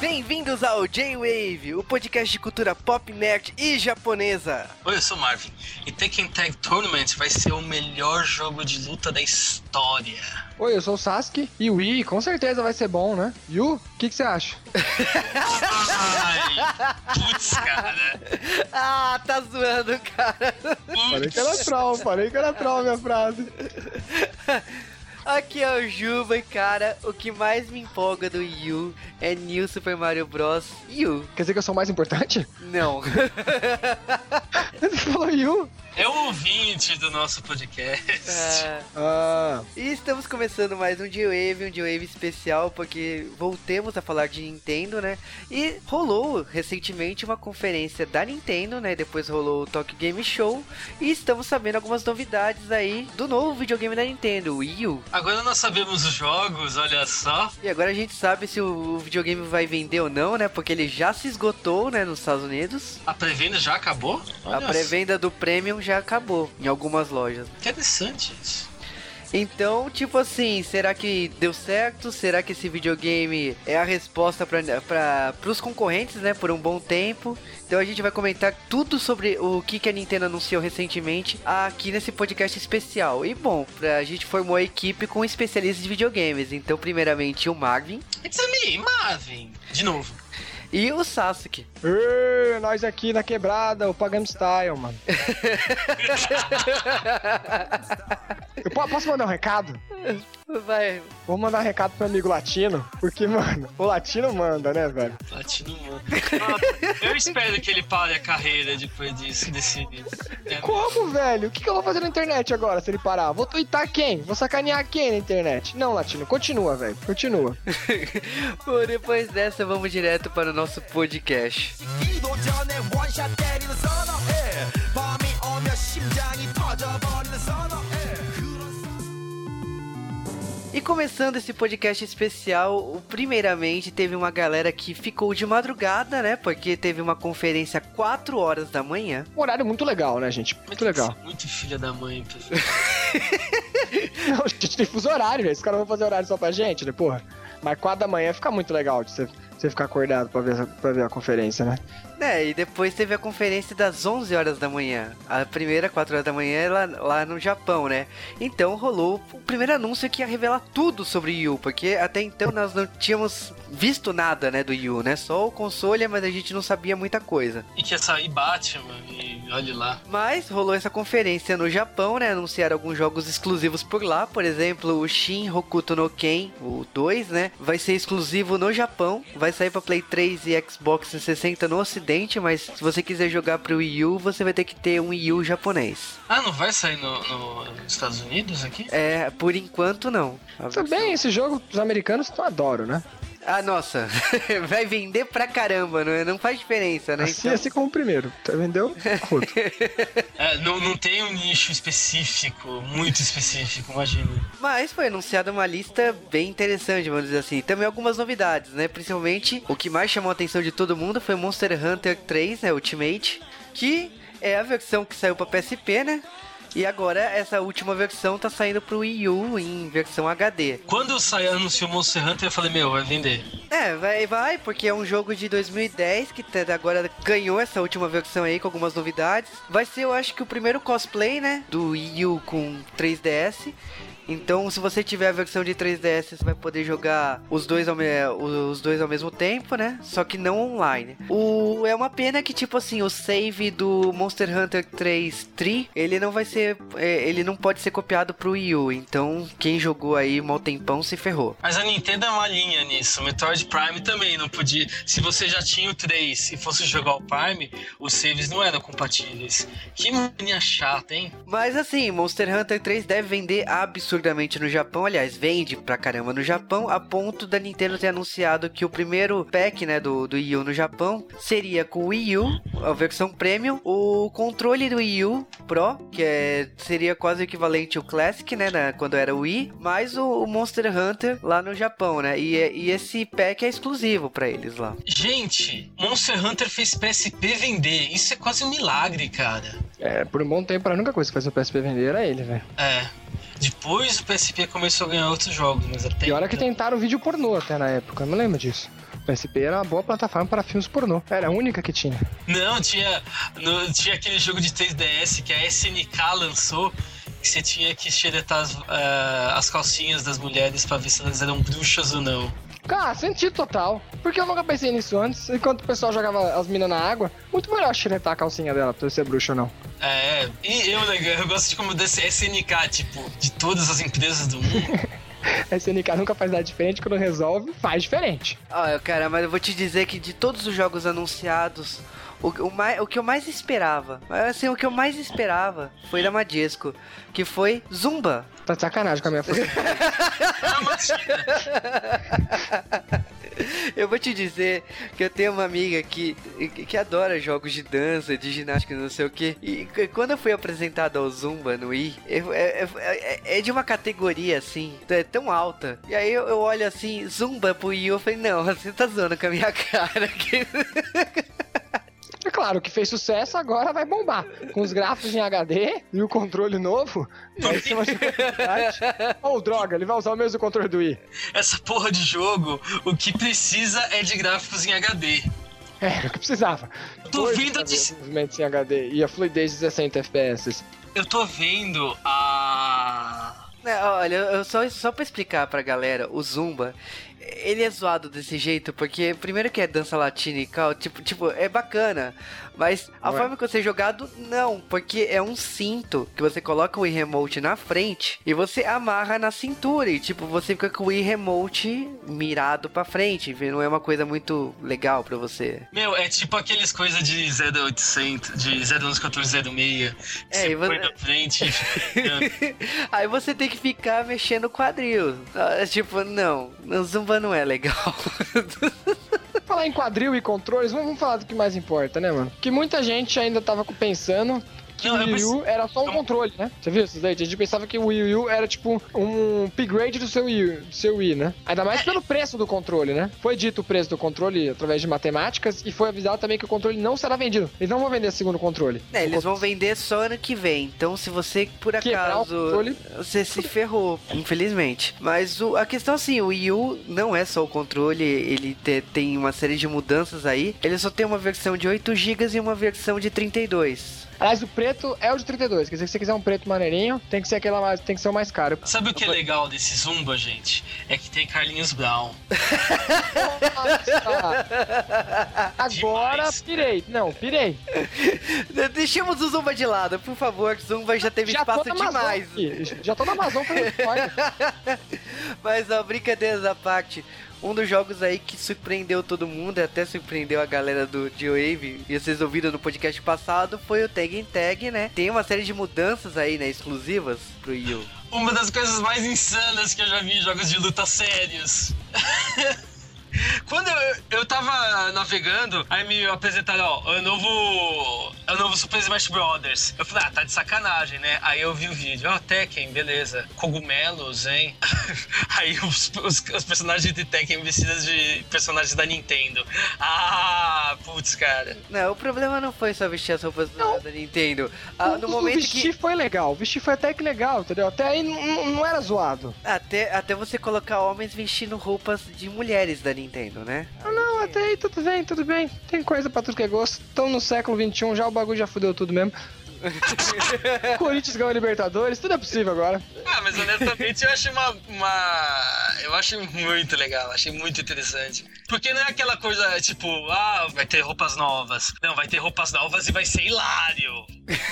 Bem-vindos ao J-Wave, o podcast de cultura pop, nerd e japonesa. Oi, eu sou o Marvin, e Tekken Tag Tournament vai ser o melhor jogo de luta da história. Oi, eu sou o Sasuke, e o Wii com certeza vai ser bom, né? Yu, o que você acha? Ai, putz, cara. Ah, tá zoando, cara. Falei que era troll a minha frase. Aqui é o Juba e, cara, o que mais me empolga do Yu é New Super Mario Bros. Yu. Quer dizer que eu sou mais importante? Não. Você falou Yu? É o ouvinte do nosso podcast. E estamos começando mais um J-Wave especial, porque voltemos a falar de Nintendo, né? E rolou recentemente uma conferência da Nintendo, né? Depois rolou o Tokyo Game Show e estamos sabendo algumas novidades aí do novo videogame da Nintendo, o Wii U. Agora nós sabemos os jogos, olha só. E agora a gente sabe se o videogame vai vender ou não, né? Porque ele já se esgotou, né, nos Estados Unidos. A pré-venda já acabou? A pré-venda do Premium já acabou em algumas lojas. Interessante isso. Então, tipo assim, será que deu certo? Será que esse videogame é a resposta para os concorrentes, né, por um bom tempo? Então a gente vai comentar tudo sobre o que a Nintendo anunciou recentemente aqui nesse podcast especial. E bom, a gente formou a equipe com especialistas de videogames. Então, primeiramente, o Marvin. It's me, Marvin. De novo. E o Sasuke. Nós aqui na quebrada, o Pagam Style, mano. Eu posso mandar um recado? Vai. Vou mandar um recado pro amigo latino, porque, mano, o latino manda, né, velho? Latino manda. Eu espero que ele pare a carreira depois disso, desse... Como, velho? O que eu vou fazer na internet agora, se ele parar? Vou tweetar quem? Vou sacanear quem na internet? Não, latino, continua, velho, continua. Bom, depois dessa, vamos direto para o nosso podcast. E começando esse podcast especial, primeiramente teve uma galera que ficou de madrugada, né? Porque teve uma conferência 4 horas da manhã. Um horário muito legal, né, gente? Muito legal. Muito filha da mãe, pessoal. Não, a gente tem fuso horário, velho. Os caras vão fazer horário só pra gente, né, porra? Mas 4 da manhã fica muito legal de você ficar acordado pra ver a conferência, né? E depois teve a conferência das 11 horas da manhã. A primeira, 4 horas da manhã, é lá no Japão, né? Então rolou o primeiro anúncio que ia revelar tudo sobre o Yu, porque até então nós não tínhamos visto nada, né, do Yu, né? Só o console, mas a gente não sabia muita coisa. E que ia sair Batman, e olha lá. Mas rolou essa conferência no Japão, né? Anunciaram alguns jogos exclusivos por lá. Por exemplo, o Shin Hokuto no Ken, o 2, né? Vai ser exclusivo no Japão. Vai sair pra Play 3 e Xbox 360 no Ocidente. Mas se você quiser jogar pro Wii U, você vai ter que ter um Wii U japonês. Ah, não vai sair nos Estados Unidos aqui? Por enquanto não. Também, esse jogo os americanos não adoram, né? Ah, nossa, vai vender pra caramba, não faz diferença, né? Assim como o primeiro, vendeu outro. Não tem um nicho específico, muito específico, imagina. Mas foi anunciada uma lista bem interessante, vamos dizer assim. Também algumas novidades, né? Principalmente, o que mais chamou a atenção de todo mundo foi Monster Hunter 3, né? Ultimate, que é a versão que saiu pra PSP, né? E agora essa última versão tá saindo pro Wii U em versão HD. Quando anunciou Monster Hunter, eu falei, vai vender. Vai, porque é um jogo de 2010 que agora ganhou essa última versão aí com algumas novidades. Vai ser, eu acho que o primeiro cosplay, né, do Wii U com 3DS. Então, se você tiver a versão de 3DS, você vai poder jogar os dois ao mesmo tempo, né? Só que não online. É uma pena que, tipo assim, o save do Monster Hunter 3 Tree, ele não vai ser... ele não pode ser copiado pro Wii U. Então, quem jogou aí mal tempão se ferrou. Mas a Nintendo é uma linha nisso. O Metroid Prime também não podia... Se você já tinha o 3 e fosse jogar o Prime, os saves não eram compatíveis. Que mania chata, hein? Mas assim, Monster Hunter 3 deve vender absurdamente no Japão, aliás, vende pra caramba no Japão, a ponto da Nintendo ter anunciado que o primeiro pack, né, do Wii U no Japão seria com o Wii U, a versão Premium, o controle do Wii U Pro, que seria quase o equivalente ao Classic, né, quando era o Wii, mais o Monster Hunter lá no Japão, né, e esse pack é exclusivo pra eles lá. Gente, Monster Hunter fez PSP vender, isso é quase um milagre, cara. Por um bom tempo a única coisa que faz o PSP vender era ele, velho. Depois o PSP começou a ganhar outros jogos, mas até... E olha que tentaram vídeo pornô até na época, eu não lembro disso. PSP era uma boa plataforma para filmes pornô. Era a única que tinha. Não, tinha aquele jogo de 3DS que a SNK lançou, que você tinha que xeretar as calcinhas das mulheres pra ver se elas eram bruxas ou não. Cara, sentido total. Porque eu nunca pensei nisso antes. Enquanto o pessoal jogava as minas na água, muito melhor xeretar a calcinha dela pra ser bruxa ou não. E eu gosto de como desse SNK, tipo, de todas as empresas do mundo. A SNK nunca faz nada diferente, quando resolve, faz diferente. Olha, cara, mas eu vou te dizer que de todos os jogos anunciados, o que eu mais esperava, assim, o que eu mais esperava foi da Madisco, que foi Zumba. Tá de sacanagem com a minha força. Eu vou te dizer que eu tenho uma amiga que adora jogos de dança, de ginástica, não sei o que. E quando eu fui apresentado ao Zumba no Wii, é de uma categoria assim, é tão alta. E aí eu olho assim, Zumba pro Wii, eu falei, não, você tá zoando com a minha cara aqui. É claro, que fez sucesso, agora vai bombar. Com os gráficos em HD e o controle novo, vai ser uma dificuldade. Oh, droga, ele vai usar o mesmo controle do Wii. Essa porra de jogo, o que precisa é de gráficos em HD. É, o que precisava. Tô vendo movimentos em HD e a fluidez de 60 FPS. Eu tô vendo a... Olha, só pra explicar pra galera, o Zumba, ele é zoado desse jeito, porque primeiro que é dança latina e tal, tipo, é bacana, mas a forma que você é jogado, não, porque é um cinto que você coloca o Wii Remote na frente e você amarra na cintura e, tipo, você fica com o Wii Remote mirado pra frente, não é uma coisa muito legal pra você. Meu, é tipo aqueles coisas de 0800, de 011-1406, você põe na frente e... Aí você tem que ficar mexendo o quadril, tipo, não, o Zumba não é legal. Falar em quadril e controles, vamos falar do que mais importa, né, mano? Que muita gente ainda tava pensando que o Wii U era só um controle, né? Você viu isso daí? A gente pensava que o Wii U era tipo um upgrade do seu Wii, né? Ainda mais pelo preço do controle, né? Foi dito o preço do controle através de matemáticas e foi avisado também que o controle não será vendido. Eles não vão vender segundo controle. Eles vão vender só ano que vem. Então, se você, por acaso, você se ferrou, infelizmente. Mas a questão, assim, o Wii U não é só o controle, ele tem uma série de mudanças aí. Ele só tem uma versão de 8 GB e uma versão de 32. Aliás, o preto é o de 32. Quer dizer, se você quiser um preto maneirinho, tem que ser tem que ser o mais caro. Sabe o que é legal desse Zumba, gente? É que tem Carlinhos Brown. Agora pirei. Não, pirei. Deixemos o Zumba de lado, por favor, que o Zumba já teve espaço demais. Já tô na Amazon fazendo spoiler. Mas, ó, brincadeiras à parte, um dos jogos aí que surpreendeu todo mundo, até surpreendeu a galera do G-Wave, e vocês ouviram no podcast passado, foi o Tag Tag, né? Tem uma série de mudanças aí, né, exclusivas pro Wii U. Uma das coisas mais insanas que eu já vi em jogos de luta sérios. Quando eu tava navegando, aí me apresentaram, ó, é o novo Super Smash Brothers. Eu falei, tá de sacanagem, né? Aí eu vi o vídeo, Tekken, beleza. Cogumelos, hein? Aí os personagens de Tekken vestidos de personagens da Nintendo. Putz, cara. Não, o problema não foi só vestir as roupas da Nintendo. No momento vestir foi legal, vestir foi até que legal, entendeu? Até aí não era zoado. Até você colocar homens vestindo roupas de mulheres da Nintendo, né? Não, até aí tudo bem. Tem coisa pra tudo que é gosto. Estão no século XXI, já o bagulho já fudeu tudo mesmo. Corinthians ganhou a Libertadores, tudo é possível agora. Mas honestamente eu acho eu acho muito legal, achei muito interessante. Porque não é aquela coisa tipo, vai ter roupas novas. Não, vai ter roupas novas e vai ser hilário.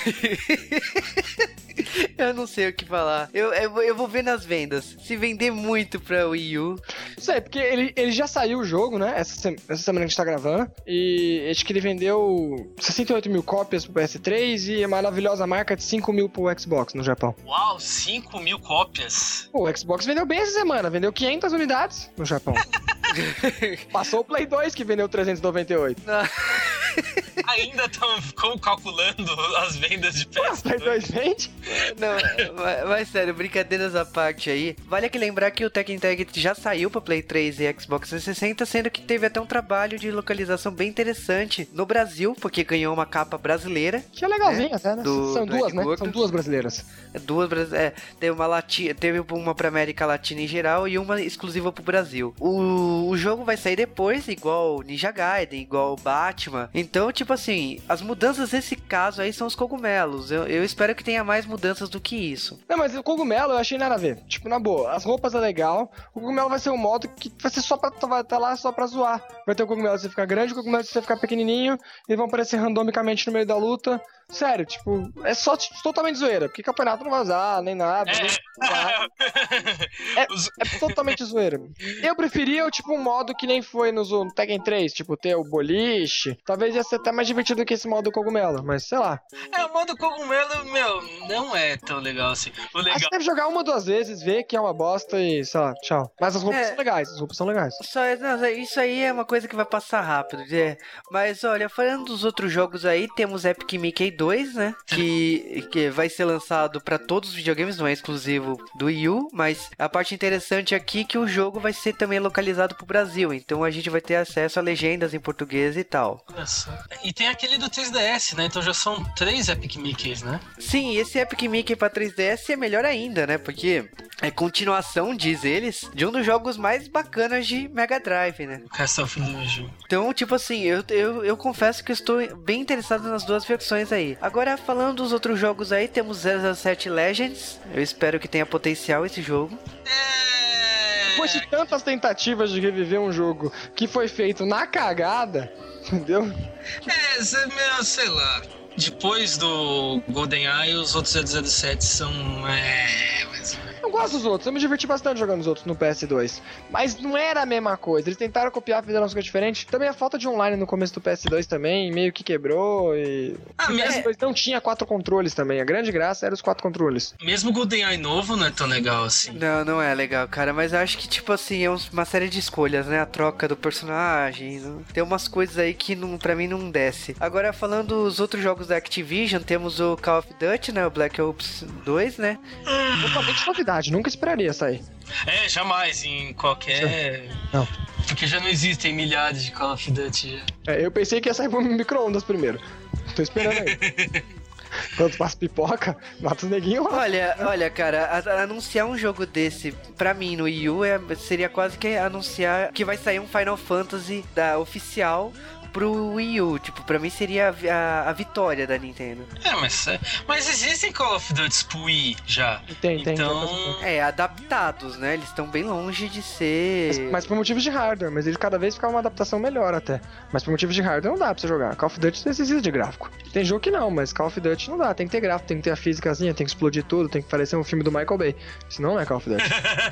Eu não sei o que falar. Eu vou ver nas vendas. Se vender muito pra Wii U. Não sei, porque ele já saiu o jogo, né? Essa semana que a gente tá gravando. E acho que ele vendeu 68 mil cópias pro PS3 e a maravilhosa marca de 5 mil pro Xbox no Japão. Uau, 5 mil cópias? O Xbox vendeu bem essa semana. Vendeu 500 unidades no Japão. Passou o Play 2 que vendeu 398. ainda estão calculando as vendas de PS2. Play 2 vende? Não, mas sério, brincadeiras à parte aí. Vale aqui lembrar que o Tekken Tag já saiu pra Play 3 e Xbox 360, sendo que teve até um trabalho de localização bem interessante no Brasil, porque ganhou uma capa brasileira. Que é legalzinho até, né? São do duas, né? Edward. São duas brasileiras. Teve uma pra América Latina em geral e uma exclusiva pro Brasil. O jogo vai sair depois, igual Ninja Gaiden, igual Batman. Então, tipo assim, as mudanças nesse caso aí são os cogumelos. Eu espero que tenha mais mudanças do que isso. Não, mas o cogumelo eu achei nada a ver. Tipo, na boa, as roupas é legal. O cogumelo vai ser um modo que vai ser vai estar lá só pra zoar. Vai ter o cogumelo se você ficar grande, o cogumelo se você ficar pequenininho. E vão aparecer randomicamente no meio da luta. Sério, tipo, é só totalmente zoeira. Porque campeonato não vai usar, nem nada. É totalmente zoeira. Eu preferia, tipo, um modo que nem foi no Tekken 3. Tipo, ter o boliche. Talvez ia ser até mais divertido que esse modo cogumelo. Mas, sei lá. O modo cogumelo, não é tão legal assim. O legal... Acho que deve jogar uma ou duas vezes, ver que é uma bosta e, sei lá, tchau. Mas as roupas são legais, Isso aí é uma coisa que vai passar rápido. Mas, olha, falando dos outros jogos aí, temos Epic Mickey 2, né? Que vai ser lançado pra todos os videogames, não é exclusivo do Wii U, mas a parte interessante aqui é que o jogo vai ser também localizado pro Brasil, então a gente vai ter acesso a legendas em português e tal. E tem aquele do 3DS, né? Então já são 3 Epic Mickeys, né? Sim, esse Epic Mickey pra 3DS é melhor ainda, né? Porque é continuação, diz eles, de um dos jogos mais bacanas de Mega Drive, né? Castle of Illusion. Então, tipo assim, eu confesso que eu estou bem interessado nas duas versões aí. Agora, falando dos outros jogos aí, temos 007 Legends. Eu espero que tenha potencial esse jogo. Depois de tantas tentativas de reviver um jogo que foi feito na cagada, entendeu? Sei lá. Depois do GoldenEye, os outros 007 são... Eu gosto dos outros, eu me diverti bastante jogando os outros no PS2. Mas não era a mesma coisa, eles tentaram copiar, fizeram umas coisas diferentes. Também a falta de online no começo do PS2 também, meio que quebrou e... o PS2 não tinha 4 controles também, a grande graça era os 4 controles. Mesmo o GoldenEye novo não é tão legal assim. Não é legal, cara, mas eu acho que, tipo assim, é uma série de escolhas, né? A troca do personagem, tem umas coisas aí que pra mim não desce. Agora, falando dos outros jogos da Activision, temos o Call of Duty, né? O Black Ops 2, né? Totalmente novidade. Nunca esperaria sair. Jamais, em qualquer... Não. Porque já não existem milhares de Call of Duty já. Eu pensei que ia sair pro micro-ondas primeiro. Tô esperando aí. Quando passa pipoca, mata os neguinhos lá. Olha, cara, anunciar um jogo desse, pra mim, no Wii U, seria quase que anunciar que vai sair um Final Fantasy oficial pro Wii U, tipo, pra mim seria a vitória da Nintendo. Mas existem Call of Duty pro Wii já. Tem. Adaptados, né? Eles estão bem longe de ser... Mas por motivos de hardware, mas ele cada vez fica uma adaptação melhor até. Mas por motivos de hardware não dá pra você jogar. Call of Duty precisa de gráfico. Tem jogo que não, mas Call of Duty não dá. Tem que ter gráfico, tem que ter a físicazinha, tem que explodir tudo, tem que parecer um filme do Michael Bay. Senão não é Call of Duty.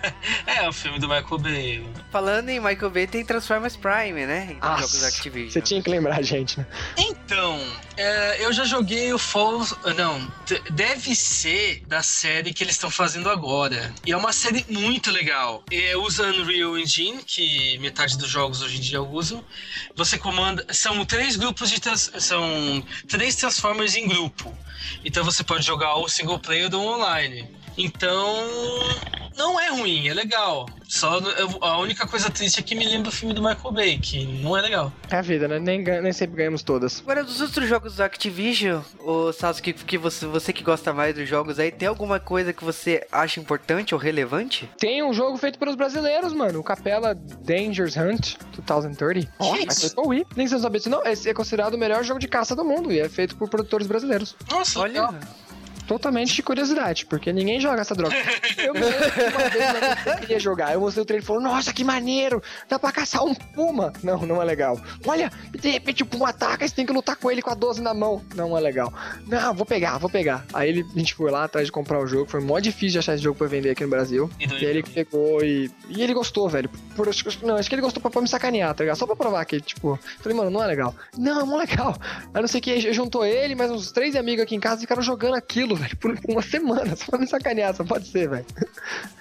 O filme do Michael Bay. Falando em Michael Bay, tem Transformers Prime, né? Em jogos da Activision. Você tinha que lembrar a gente, né? Então, eu já joguei o Fall... Não, deve ser da série que eles estão fazendo agora. E é uma série muito legal. Usa Unreal Engine, que metade dos jogos hoje em dia usam. Você comanda... São 3 grupos são 3 Transformers em grupo. Então você pode jogar o single player ou online. Então, não é ruim, é legal. Só a única coisa triste é que me lembra o filme do Michael Bay, que não é legal. É a vida, né? Nem sempre ganhamos todas. Agora, dos outros jogos da Activision, Sasuke, que você que gosta mais dos jogos aí, tem alguma coisa que você acha importante ou relevante? Tem um jogo feito pelos brasileiros, mano. O Capela Dangerous Hunt 2030. Mas foi pro Wii. Nem você não sabia disso, não. Esse é considerado o melhor jogo de caça do mundo e é feito por produtores brasileiros. Nossa, olha... Totalmente de curiosidade, porque ninguém joga essa droga. Eu me lembro que uma vez eu queria jogar. Eu mostrei o trailer e falou: nossa, que maneiro! Dá pra caçar um puma. Não é legal. Olha, de repente o puma ataca e você tem que lutar com ele com a 12 na mão. Não é legal. Não, vou pegar. Aí a gente foi lá atrás de comprar o jogo. Foi mó difícil de achar esse jogo pra vender aqui no Brasil. E aí ele pegou e ele gostou, velho. Acho que ele gostou pra me sacanear, tá ligado? Só pra provar que, tipo, falei, mano, não é legal. Não, é mó legal. Aí não sei o que, juntou ele, mais uns 3 amigos aqui em casa e ficaram jogando aquilo, velho, por uma semana, só pra me sacanear, só pode ser, velho.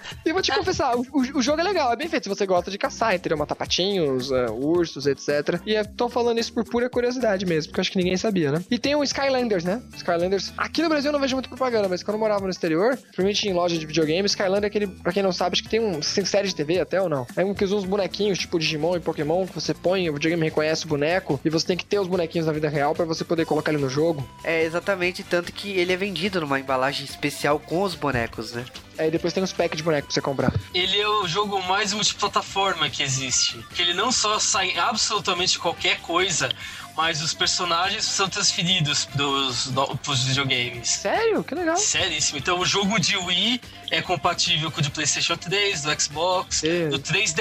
E vou te confessar, o jogo é legal, é bem feito se você gosta de caçar, entendeu? Matar patinhos, ursos, etc. E tô falando isso por pura curiosidade mesmo, porque eu acho que ninguém sabia, né? E tem o Skylanders, né? Skylanders, aqui no Brasil eu não vejo muito propaganda, mas quando eu morava no exterior, principalmente em loja de videogame, Skylander é aquele, pra quem não sabe, acho que tem série de TV até ou não? É um que usa uns bonequinhos, tipo Digimon e Pokémon, que você põe, o videogame reconhece o boneco, e você tem que ter os bonequinhos na vida real pra você poder colocar ele no jogo. É, exatamente, tanto que ele é vendido numa embalagem especial com os bonecos, né? Aí depois tem uns packs de boneco pra você comprar. Ele é o jogo mais multiplataforma que existe. Que ele não só sai em absolutamente qualquer coisa, mas os personagens são transferidos pros videogames. Sério? Que legal. Seríssimo. Então o jogo de Wii é compatível com o de PlayStation 3, do Xbox, do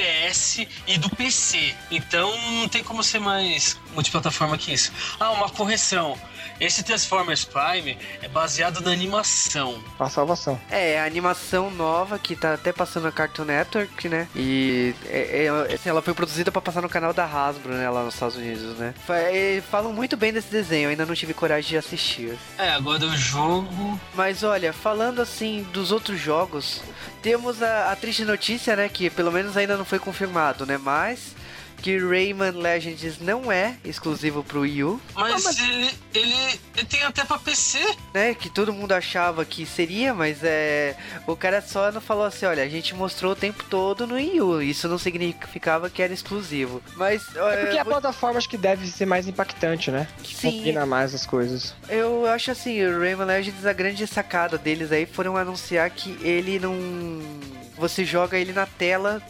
3DS e do PC. Então não tem como ser mais multiplataforma que isso. Ah, uma correção. Esse Transformers Prime é baseado na animação. Uma salvação. É, a animação nova que tá até passando na Cartoon Network, né? E assim, ela foi produzida pra passar no canal da Hasbro, né? Lá nos Estados Unidos, né? Falam muito bem desse desenho, eu ainda não tive coragem de assistir. É, agora o jogo... Mas olha, falando assim dos outros jogos, temos a triste notícia, né? Que pelo menos ainda não foi confirmado, né? Mas... que Rayman Legends não é exclusivo pro Wii U. Mas ele tem até pra PC. Né, que todo mundo achava que seria, mas o cara só não falou assim, olha, a gente mostrou o tempo todo no Wii U, isso não significava que era exclusivo. Mas... É porque a plataforma acho que deve ser mais impactante, né? Sim. Combina mais as coisas. Eu acho assim, o Rayman Legends, a grande sacada deles aí foram anunciar que ele não... você joga ele na tela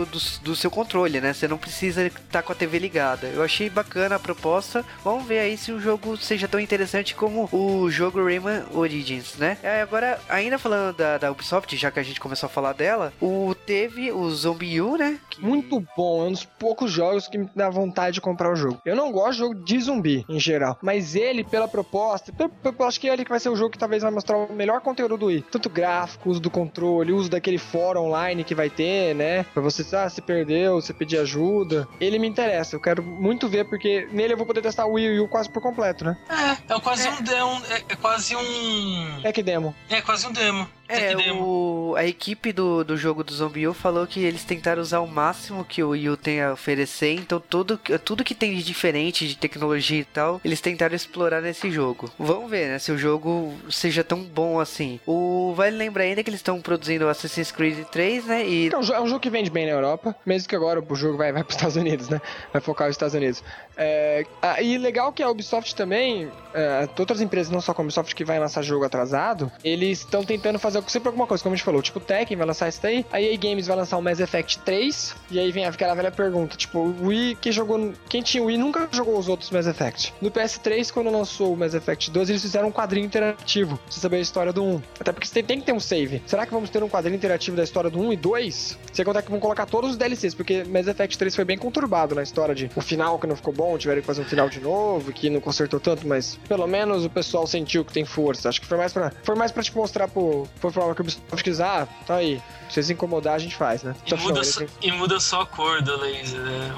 do seu controle, né? Você não precisa estar com a TV ligada. Eu achei bacana a proposta. Vamos ver aí se o jogo seja tão interessante como o jogo Rayman Origins, né? Agora, ainda falando da Ubisoft, já que a gente começou a falar dela, teve o Zombie U, né? Muito bom, é um dos poucos jogos que me dá vontade de comprar o jogo. Eu não gosto de jogo de zumbi, em geral, mas ele, pela proposta, eu acho que é ele que vai ser o jogo que talvez vai mostrar o melhor conteúdo do Wii. Tanto gráfico, uso do controle, uso daquele fórum online que vai ter, né? Pra você, se perdeu, você pedir ajuda. Ele me interessa, eu quero muito ver, porque nele eu vou poder testar o Wii U quase por completo, né? É quase um demo. É quase um... É que demo. É quase um demo. A equipe do jogo do Zombie U falou que eles tentaram usar o máximo que o Wii U tem a oferecer, então tudo que tem de diferente, de tecnologia e tal, eles tentaram explorar nesse jogo. Vamos ver, né, se o jogo seja tão bom assim. Vale lembrar ainda que eles estão produzindo o Assassin's Creed 3, né, e... É um jogo que vende bem na Europa, mesmo que agora o jogo vai para os Estados Unidos, né, vai focar nos Estados Unidos. E legal que a Ubisoft também, outras empresas, não só como a Ubisoft, que vai lançar jogo atrasado, eles estão tentando fazer sempre alguma coisa, como a gente falou, tipo o Tekken vai lançar isso daí, a EA Games vai lançar o Mass Effect 3, e aí vem aquela velha pergunta, tipo, o Wii, quem tinha o Wii nunca jogou os outros Mass Effect. No PS3, quando lançou o Mass Effect 2, eles fizeram um quadrinho interativo, pra você saber a história do 1. Até porque você tem que ter um save. Será que vamos ter um quadrinho interativo da história do 1 e 2? Você contar que vão colocar todos os DLCs, porque Mass Effect 3 foi bem conturbado na história de o final que não ficou bom, tiveram que fazer um final de novo, que não consertou tanto, mas pelo menos o pessoal sentiu que tem força. Acho que foi mais pra te mostrar foi prova que o Ubisoft quis, tá aí. Se vocês incomodar, a gente faz, né? E muda só a cor do laser, né?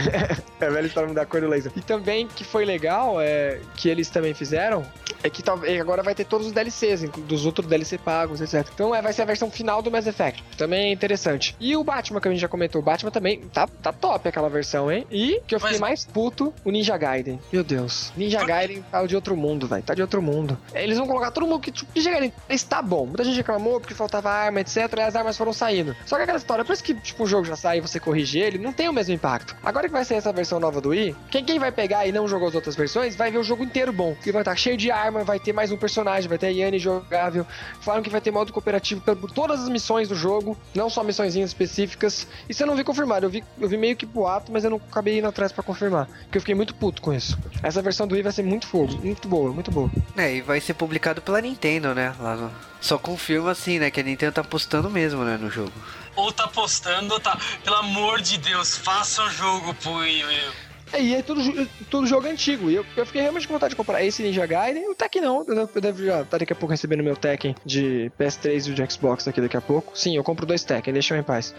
É velho história mudar a cor do laser. E também, que foi legal, que eles também fizeram, é que agora vai ter todos os DLCs, dos outros DLC pagos, etc. Então vai ser a versão final do Mass Effect. Também é interessante. E o Batman, que a gente já comentou, o Batman também tá top aquela versão, hein? E, que eu fiquei mais puto, o Ninja Gaiden. Meu Deus. Ninja Gaiden tá de outro mundo, velho. Tá de outro mundo. Eles vão colocar todo mundo que, tipo, Ninja Gaiden está bom. Muita gente reclamou porque faltava arma, etc. E as armas foram saindo. Só que aquela história, por isso que, tipo, o jogo já sai e você corrige ele, não tem o mesmo impacto. Agora que vai ser essa versão nova do Wii, quem vai pegar e não jogou as outras versões, vai ver o jogo inteiro bom. Que vai estar cheio de arma, vai ter mais um personagem, vai ter a Yanni jogável. Falaram que vai ter modo cooperativo por todas as missões do jogo, não só missõezinhas específicas. Isso eu não vi confirmado, eu vi meio que boato, mas eu não acabei indo atrás pra confirmar. Porque eu fiquei muito puto com isso. Essa versão do Wii vai ser muito fogo, muito boa, muito boa. E vai ser publicado pela Nintendo, né? Só confirma assim, né? Que a Nintendo tá apostando mesmo, né? No jogo. Ou tá apostando, ou tá... Pelo amor de Deus, faça um jogo pro Wii. E é tudo jogo antigo. E eu fiquei realmente com vontade de comprar esse Ninja Gaiden. O Tekken não. Eu devo já estar daqui a pouco recebendo meu Tekken de PS3 e o de Xbox aqui daqui a pouco. Sim, eu compro 2 Tekken, deixa eu em paz.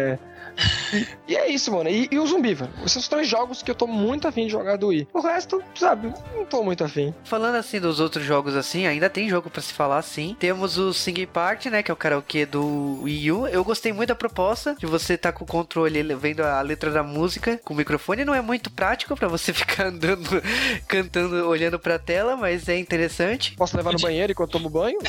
E é isso, mano. E o Zumbiva. Esses são os 3 jogos que eu tô muito afim de jogar do Wii. O resto, sabe, não tô muito afim. Falando assim dos outros jogos assim, ainda tem jogo pra se falar sim. Temos o Singing Party, né, que é o karaokê do Wii U. Eu gostei muito da proposta de você estar com o controle vendo a letra da música com o microfone. Não é muito prático pra você ficar andando, cantando, olhando pra tela, mas é interessante. Posso levar no banheiro enquanto tomo banho?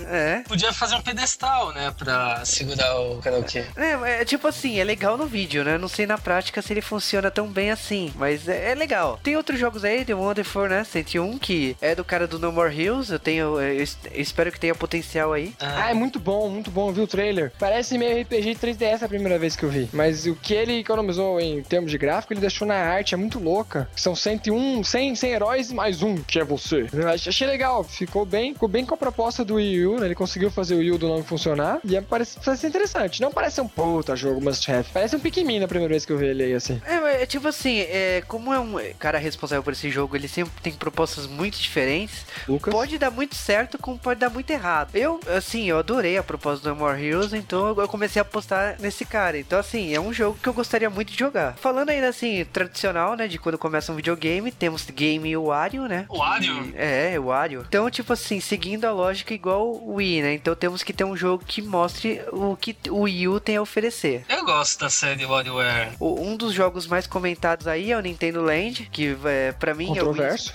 Podia fazer um pedestal, né, pra segurar o karaokê. Tipo assim, é legal no vídeo, né? Não sei na prática se ele funciona tão bem assim, mas é legal. Tem outros jogos aí, The Wonderful, né? 101, que é do cara do No More Heroes. Eu espero que tenha potencial aí. É muito bom, viu o trailer? Parece meio RPG de 3DS a primeira vez que eu vi. Mas o que ele economizou em termos de gráfico, ele deixou na arte, é muito louca. São 100 heróis mais um, que é você. Achei legal, ficou bem com a proposta do Wii U, né? Ele conseguiu fazer o Wii U do nome funcionar e parece interessante. Não parece um puta jogo must have. Parece um Pikmin na primeira vez que eu vi ele aí, assim. Tipo assim, como é um cara responsável por esse jogo, ele sempre tem propostas muito diferentes. Lucas? Pode dar muito certo, como pode dar muito errado. Eu adorei a proposta do No More Heroes, então eu comecei a apostar nesse cara. Então, assim, é um jogo que eu gostaria muito de jogar. Falando ainda, assim, tradicional, né, de quando começa um videogame, temos Game Wario, né? Wario? O Wario. Então, tipo assim, seguindo a lógica igual o Wii, né? Então temos que ter um jogo que mostre o que o Wii U tem a oferecer. Eu gosto da série WarioWare. Um dos jogos mais comentados aí é o Nintendo Land, que pra mim controverso.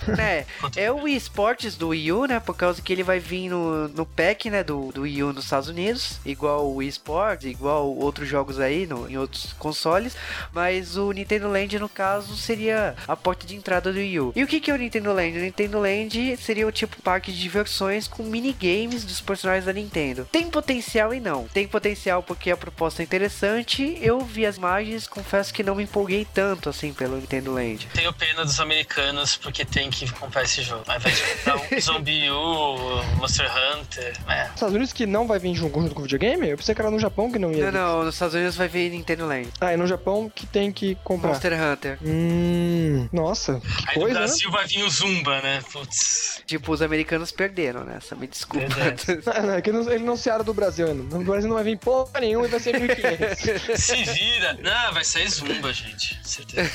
É o Wii Sports do Wii U, né? Por causa que ele vai vir no pack, né, do Wii U nos Estados Unidos, igual o Wii Sports, igual outros jogos aí em outros consoles, mas o Nintendo Land, no caso, seria a porta de entrada do Wii U. E o que é o Nintendo Land? O Nintendo Land seria o tipo parque de diversões com minigames dos personagens da Nintendo. Tem potencial e não. Tem potencial porque a proposta é interessante. Eu vi as imagens, confesso que não me empolguei tanto assim pelo Nintendo Land. Tenho pena dos americanos porque tem que comprar esse jogo. Ao invés de comprar um Zombie U, Monster Hunter. Nos Estados Unidos que não vai vir junto com o videogame? Eu pensei que era no Japão que não ia. Não, nos Estados Unidos vai vir Nintendo Land. É no Japão que tem que comprar. Monster Hunter. Nossa, que aí coisa, no Brasil, né? vai vir o Zumba, né? Putz. Tipo, os americanos perderam, né? Me desculpa. É que eles não se do Brasil ainda. No Brasil não vai vir porra nenhuma e vai ser 1.500. Se vira. Não, vai sair Zumba, gente. Certeza.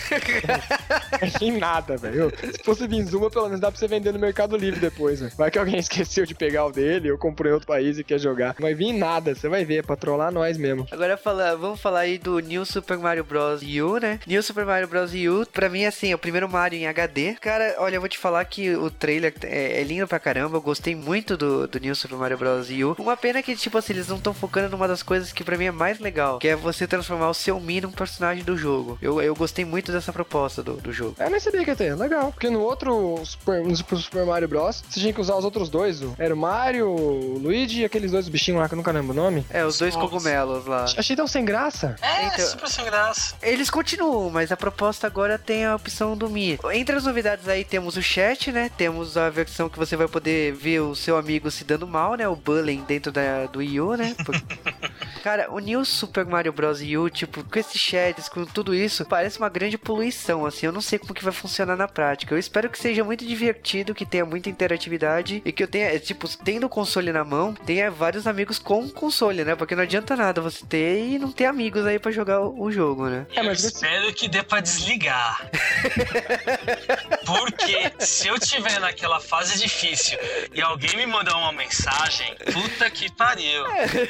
Em nada, velho. Se fosse vir Zumba, pelo menos dá pra você vender no Mercado Livre depois, né? Vai que alguém esqueceu de pegar o dele, ou comprou em outro país e quer jogar. Não vai vir nada, você vai ver, é pra trollar nós mesmo. Agora vamos falar aí do New Super Mario Bros. U, né? New Super Mario Bros. U, pra mim, assim, é o primeiro Mario em HD. Cara, olha, eu vou te falar que o trailer é lindo pra caramba. Eu gostei muito do New Super Mario Bros. U. Uma pena que, tipo assim, eles não estão focando numa das coisas que pra mim é mais legal, que é você transformar o seu Mi num personagem do jogo. Eu gostei muito dessa proposta do jogo. Eu nem sabia que ia ter, legal. Porque no outro Super Mario Bros, você tinha que usar os outros dois. Era o Mario, o Luigi e aqueles dois bichinhos lá que eu nunca lembro o nome. Os dois cogumelos lá. Achei tão sem graça. Então, super sem graça. Eles continuam, mas a proposta agora tem a opção do Mi. Entre as novidades aí temos o chat, né? Temos a versão que você vai poder ver o seu amigo se dando mal, né? O bullying dentro do Wii U, né? Cara, o New Super Mario Bros. U, tipo, com esses chats, com tudo isso, parece uma grande poluição, assim. Eu não sei como que vai funcionar na prática. Eu espero que seja muito divertido, que tenha muita interatividade e que eu tenha, tipo, tendo o console na mão, tenha vários amigos com o console, né? Porque não adianta nada você ter e não ter amigos aí pra jogar o jogo, né? Eu espero que dê pra desligar. Porque se eu tiver naquela fase difícil e alguém me mandar uma mensagem, puta que pariu.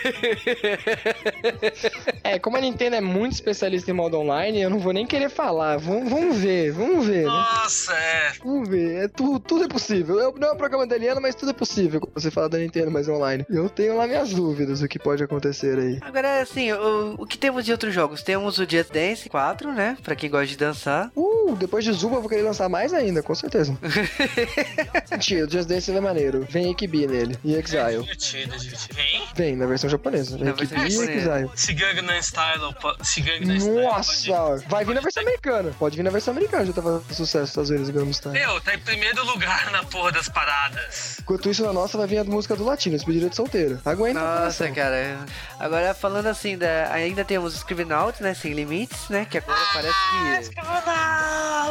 Como a Nintendo é muito especialista em modo online, eu não vou nem querer falar. Vamos ver. Nossa, né? Vamos ver. Tudo é possível. Não é um programa deliano, mas tudo é possível quando você fala da Nintendo mais online. Eu tenho lá minhas dúvidas do que pode acontecer aí. Agora, assim, o que temos de outros jogos? Temos o Just Dance 4, né? Pra quem gosta de dançar. Depois de Zumba eu vou querer lançar mais ainda, com certeza. Mentira, o Just Dance é maneiro. Vem Ekibi nele. E Exile. É divertido. Vem, na versão japonesa. Vem Ekibi e Exile. Se Gangnam Style. Nossa, vai vir na versão americana. Pode vir na versão americana, já tá fazendo sucesso nos Estados Unidos, Gangnam Style. Tá em primeiro lugar na porra das paradas. Enquanto isso, na nossa vai vir a música do Latino, Despedida de Solteiro. Aguenta. Nossa, cara. Agora, falando assim, ainda temos Scribblenauts, né? Sem Limites, né? Que agora parece que...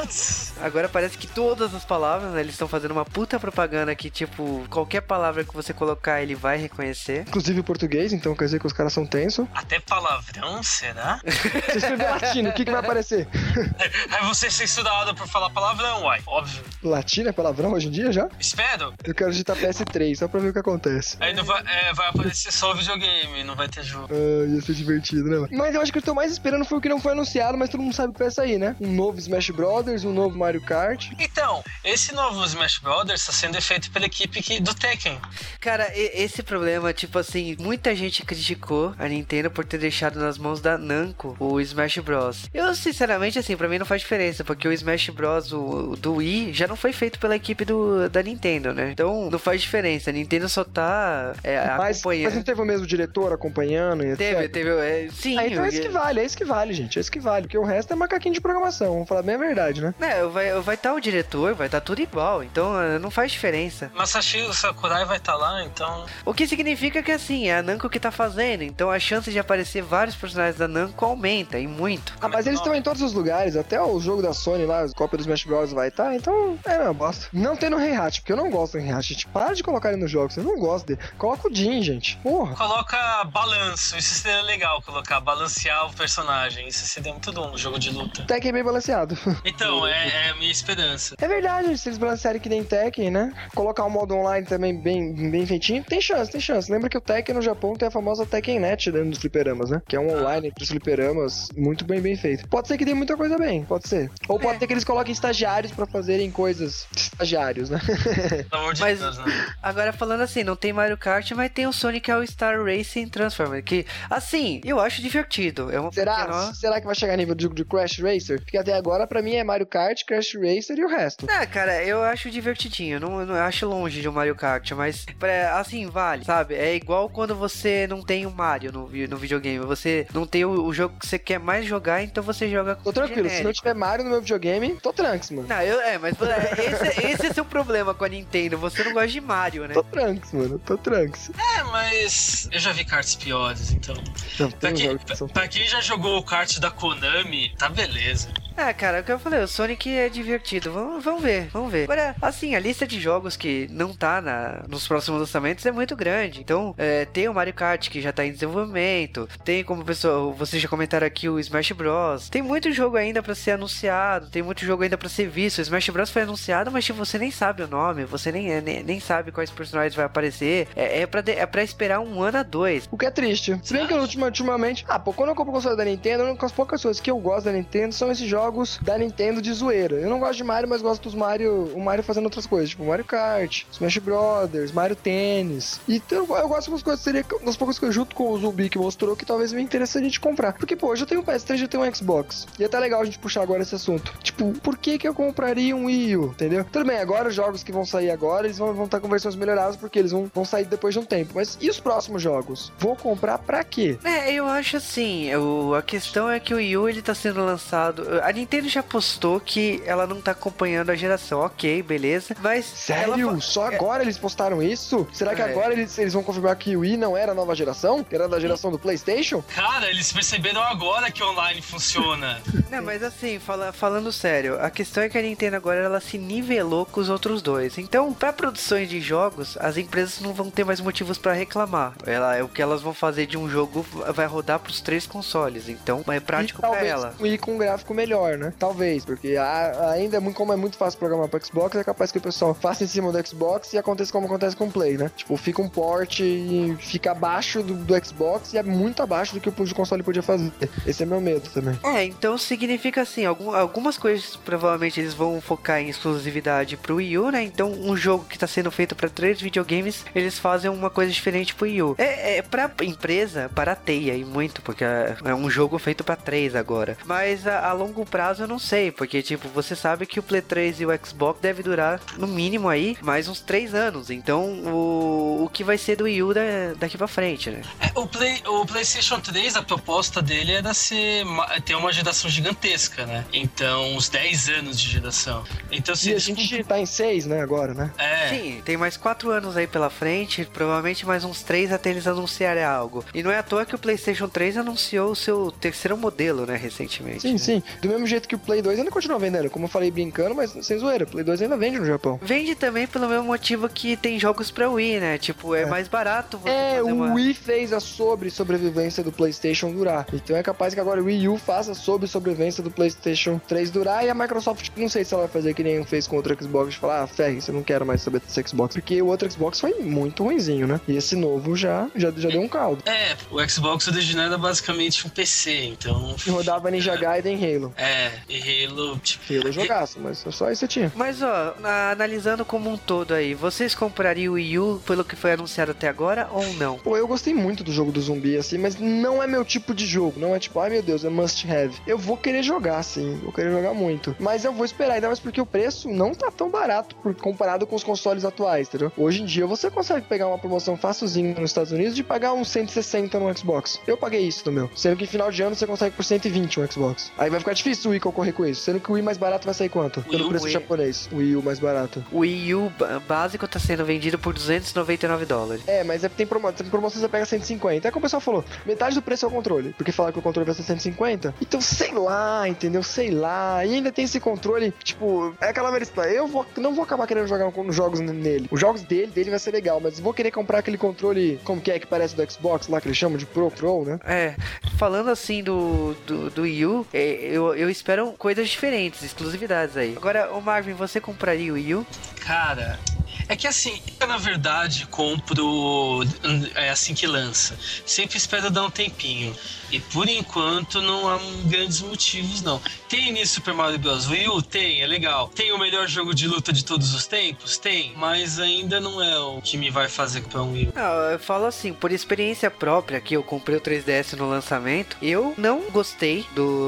Putz. Agora parece que todas as palavras, né, eles estão fazendo uma puta propaganda que, tipo, qualquer palavra que você colocar, ele vai reconhecer. Inclusive o português, então quer dizer que os caras são tensos. Até palavrão, será? Você escrever latino, o que vai aparecer? Aí você ser estudado por falar palavrão, uai. Óbvio. Latino é palavrão hoje em dia já? Espero. Eu quero digitar PS3, só pra ver o que acontece. Aí não vai, vai aparecer só o videogame, não vai ter jogo. Ia ser divertido, né? Mas eu acho que eu tô mais esperando foi o que não foi anunciado, mas todo mundo sabe que vai sair, né? Um novo Smash Brothers, um novo Mario Kart. Então, esse novo Smash Brothers tá sendo feito pela equipe do Tekken. Cara, esse problema, tipo assim, muita gente criticou a Nintendo por ter deixado nas mãos da Namco o Smash Bros. Eu, sinceramente, assim, pra mim não faz diferença, porque o Smash Bros do Wii já não foi feito pela equipe da Nintendo, né? Então, não faz diferença. A Nintendo só tá acompanhando. Mas não teve o mesmo diretor acompanhando e etc? Teve, sim. Então é isso que vale, gente. É isso que vale, porque o resto é macaquinho de programação, vamos falar bem a verdade, né? Vai estar o diretor, vai estar tudo igual, então não faz diferença. Masashiro Sakurai vai estar lá, então... O que significa que, assim, é a Namco que tá fazendo, então a chance de aparecer vários personagens da Namco aumenta, e muito. Mas eles estão em todos os lugares, até o jogo da Sony lá, a cópia do Smash Bros vai estar, então é uma bosta. Não tem no Heihachi, porque eu não gosto do Heihachi, gente. Para de colocar ele nos jogos, eu não gosto dele. Coloca o Jin, gente, porra. Coloca balanço, isso seria legal, balancear o personagem, isso seria muito bom no jogo de luta. Tekken é bem balanceado. Então, é a minha esperança. É verdade, se eles balancearem que nem Tekken, né? Colocar um modo online também bem feitinho, tem chance. Lembra que o Tekken no Japão tem a famosa Tekken Net dentro dos fliperamas, né? Que é um online entre os fliperamas muito bem feito. Pode ser que dê muita coisa bem, pode ser. Ou pode ser que eles coloquem estagiários pra fazerem coisas estagiários, né? Pelo amor de Deus, né? Agora falando assim, não tem Mario Kart, mas tem o Sonic All-Star Racing Transformer, que, assim, eu acho divertido. É uma Será que vai chegar a nível de Crash Racer? Porque até agora, pra mim, é Mario Kart, Crash Racer e o resto. Cara, eu acho divertidinho. Não acho longe de um Mario Kart, mas, assim, vale, sabe? É igual quando você não tem o Mario no videogame. Você não tem o jogo que você quer mais jogar, então você joga com Tô tranquilo, genérico. Se não tiver Mario no meu videogame, tô trunks, mano. Não, mas esse é seu problema com a Nintendo. Você não gosta de Mario, né? Tô trunks, mano. Tô trunks. Mas eu já vi karts piores, então... Não, pra quem já jogou o kart da Konami, tá beleza. Cara, o que eu falei, o Sonic é divertido. Vamos ver. Agora, assim, a lista de jogos que não tá nos próximos lançamentos é muito grande. Então, tem o Mario Kart, que já tá em desenvolvimento. Tem, como vocês já comentaram aqui, o Smash Bros. Tem muito jogo ainda pra ser anunciado. Tem muito jogo ainda pra ser visto. O Smash Bros foi anunciado, mas tipo, você nem sabe o nome. Você nem sabe quais personagens vai aparecer. É pra esperar 1 ano a 2. O que é triste. Se bem que ultimamente... quando eu compro o console da Nintendo, uma das poucas coisas que eu gosto da Nintendo são esses jogos da Nintendo de zoeira. Eu não gosto de Mario, mas gosto dos o Mario fazendo outras coisas, tipo Mario Kart, Smash Brothers, Mario Tênis. Então eu gosto das coisas, seria das poucas coisas junto com o Zubi que mostrou que talvez me interessaria a gente comprar. Porque, pô, eu já tenho um PS3, já tenho um Xbox. E é até legal a gente puxar agora esse assunto. Tipo, por que eu compraria um Wii U? Entendeu? Tudo bem, agora os jogos que vão sair agora, eles vão estar com versões melhoradas porque eles vão sair depois de um tempo. Mas e os próximos jogos? Vou comprar pra quê? Eu acho assim, a questão é que o Wii U, ele tá sendo lançado... A Nintendo já postou que ela não tá acompanhando a geração. Ok, beleza. Mas... Sério? Só agora eles postaram isso? Será que agora eles vão confirmar que o Wii não era a nova geração? Que era da geração do PlayStation? Cara, eles perceberam agora que online funciona. Não, mas assim, falando sério, a questão é que a Nintendo agora, ela se nivelou com os outros dois. Então, pra produções de jogos, as empresas não vão ter mais motivos pra reclamar. O que elas vão fazer de um jogo vai rodar pros 3 consoles. Então, é prático pra ela. E com um gráfico melhor, né? Talvez, porque ainda, como é muito fácil programar para Xbox, é capaz que o pessoal faça em cima do Xbox e aconteça como acontece com o Play, né? Tipo, fica um port e fica abaixo do Xbox e é muito abaixo do que o console podia fazer. Esse é meu medo também. Então significa assim, algumas coisas provavelmente eles vão focar em exclusividade pro Wii U, né? Então um jogo que tá sendo feito para 3 videogames, eles fazem uma coisa diferente pro Wii U. Pra empresa, barateia e muito, porque é um jogo feito para 3 agora. Mas a longo prazo eu não sei, porque tipo, você sabe que o Play 3 e o Xbox deve durar no mínimo aí mais uns 3 anos. Então o que vai ser do Wii U daqui pra frente, né? O PlayStation 3, a proposta dele era ter uma geração gigantesca, né? Então, uns 10 anos de geração. Então, e a gente tá em 6, né, agora, né? Sim, tem mais 4 anos aí pela frente, provavelmente mais uns 3 até eles anunciarem algo. E não é à toa que o PlayStation 3 anunciou o seu terceiro modelo, né, recentemente. Sim. Do mesmo jeito que o Play 2 ainda continua vendendo. Como eu falei brincando, mas sem zoeira. O Play 2 ainda vende no Japão. Vende também pelo mesmo motivo que tem jogos pra Wii, né? Tipo, é mais barato você fazer o Wii fez a sobrevivência do PlayStation durar. Então é capaz que agora o Wii U faça a sobrevivência do PlayStation 3 durar. E a Microsoft, não sei se ela vai fazer que nem fez com o outro Xbox, de falar, ferre, você não quer mais saber desse Xbox. Porque o outro Xbox foi muito ruinzinho, né? E esse novo já deu um caldo. O Xbox original era basicamente um PC, então... E rodava Ninja Gaiden e Halo. E Halo, tipo... Halo jogaço, mas só isso você tinha. Mas, ó, analisando como um todo aí, vocês comprariam o Wii U pelo que foi anunciado até agora ou não? Pô, eu gostei muito do jogo do zumbi, assim, mas não é meu tipo de jogo. Não é tipo, ai meu Deus, é must have. Eu vou querer jogar, sim. Vou querer jogar muito. Mas eu vou esperar, ainda mais porque o preço não tá tão barato comparado com os consoles atuais, entendeu? Hoje em dia você consegue pegar uma promoção facilzinha nos Estados Unidos de pagar uns 160 no Xbox. Eu paguei isso no meu. Sendo que no final de ano você consegue por 120 um Xbox. Aí vai ficar difícil o Wii concorrer com isso. Sendo que o Wii mais barato vai sair quanto? Pelo preço japonês. O Wii U mais barato. O Wii U básico tá sendo vendido por $299. Mas tem promoção você pega 150. É como o pessoal falou, metade do preço é o controle. Porque falaram que o controle vai ser 150. Então, sei lá, entendeu? Sei lá. E ainda tem esse controle, tipo, é aquela velha história. Eu não vou acabar querendo jogar jogos nele. Os jogos dele vai ser legal, mas vou querer comprar aquele controle, como que parece do Xbox lá, que eles chamam de Pro, né? Falando assim do Wii U, eu espero coisas diferentes, exclusividades aí. Agora, o Marvin, você compraria o Wii U? Cara, é que assim, eu na verdade compro assim que lança. Sempre espero dar um tempinho. E por enquanto não há grandes motivos, não. Tem nisso Super Mario Bros. Wii U? Tem, é legal. Tem o melhor jogo de luta de todos os tempos? Tem. Mas ainda não é o que me vai fazer comprar um Wii U. Não, eu falo assim, por experiência própria, que eu comprei o 3DS no lançamento, eu não gostei